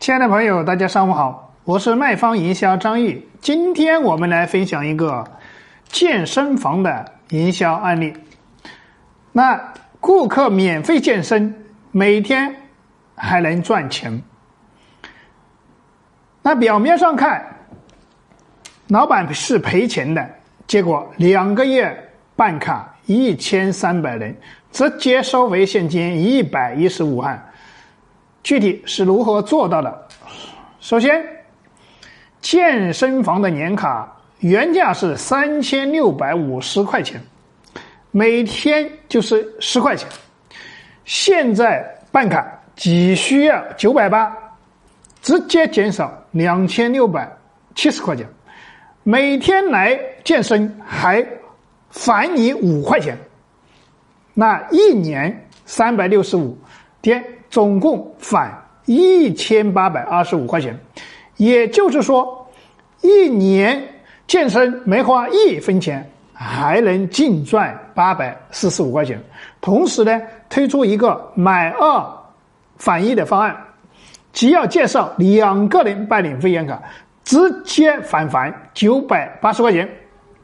亲爱的朋友，大家上午好，我是卖方营销张玉。今天我们来分享一个健身房的营销案例。那顾客免费健身，每天还能赚钱。那表面上看，老板是赔钱的，结果2个月办卡1300人，直接收回现金115万。具体是如何做到的？首先，健身房的年卡原价是3650块钱，每天就是10块钱，现在办卡只需要980，直接减少2670块钱，每天来健身还返你5块钱，那一年365天，总共返1825块钱，也就是说，一年健身没花1分钱，还能净赚845块钱。同时呢，推出一个买2返1的方案，只要介绍2个人办理会员卡，直接返980块钱。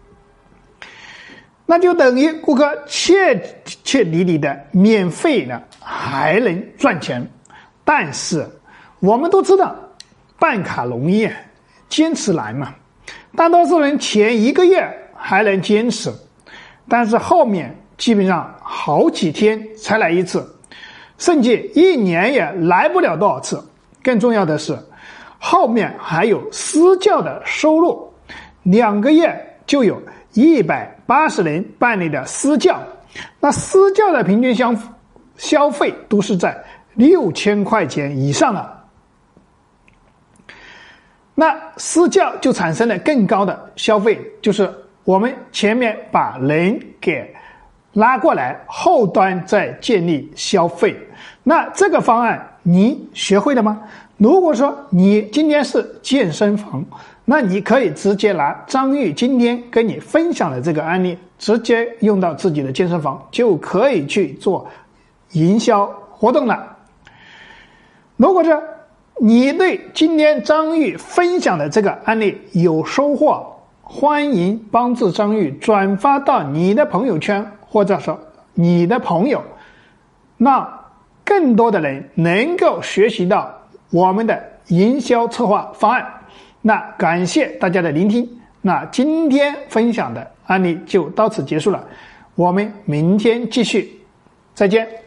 那就等于顾客彻彻底底的免费了，还能赚钱。但是我们都知道，办卡容易，坚持难嘛。大多数人前1个月还能坚持，但是后面基本上好几天才来一次，甚至1年也来不了多少次。更重要的是，后面还有私教的收入，2个月就有180人办理的私教，那私教的平均消费都是在6000块钱以上的，那私教就产生了更高的消费，就是我们前面把人给拉过来，后端再建立消费。那这个方案你学会了吗？如果说你今天是健身房，那你可以直接拿张玉今天跟你分享的这个案例，直接用到自己的健身房，就可以去做营销活动了。如果是你对今天张玉分享的这个案例有收获，欢迎帮助张玉转发到你的朋友圈，或者说你的朋友，让更多的人能够学习到我们的营销策划方案。那感谢大家的聆听，那今天分享的案例就到此结束了，我们明天继续，再见。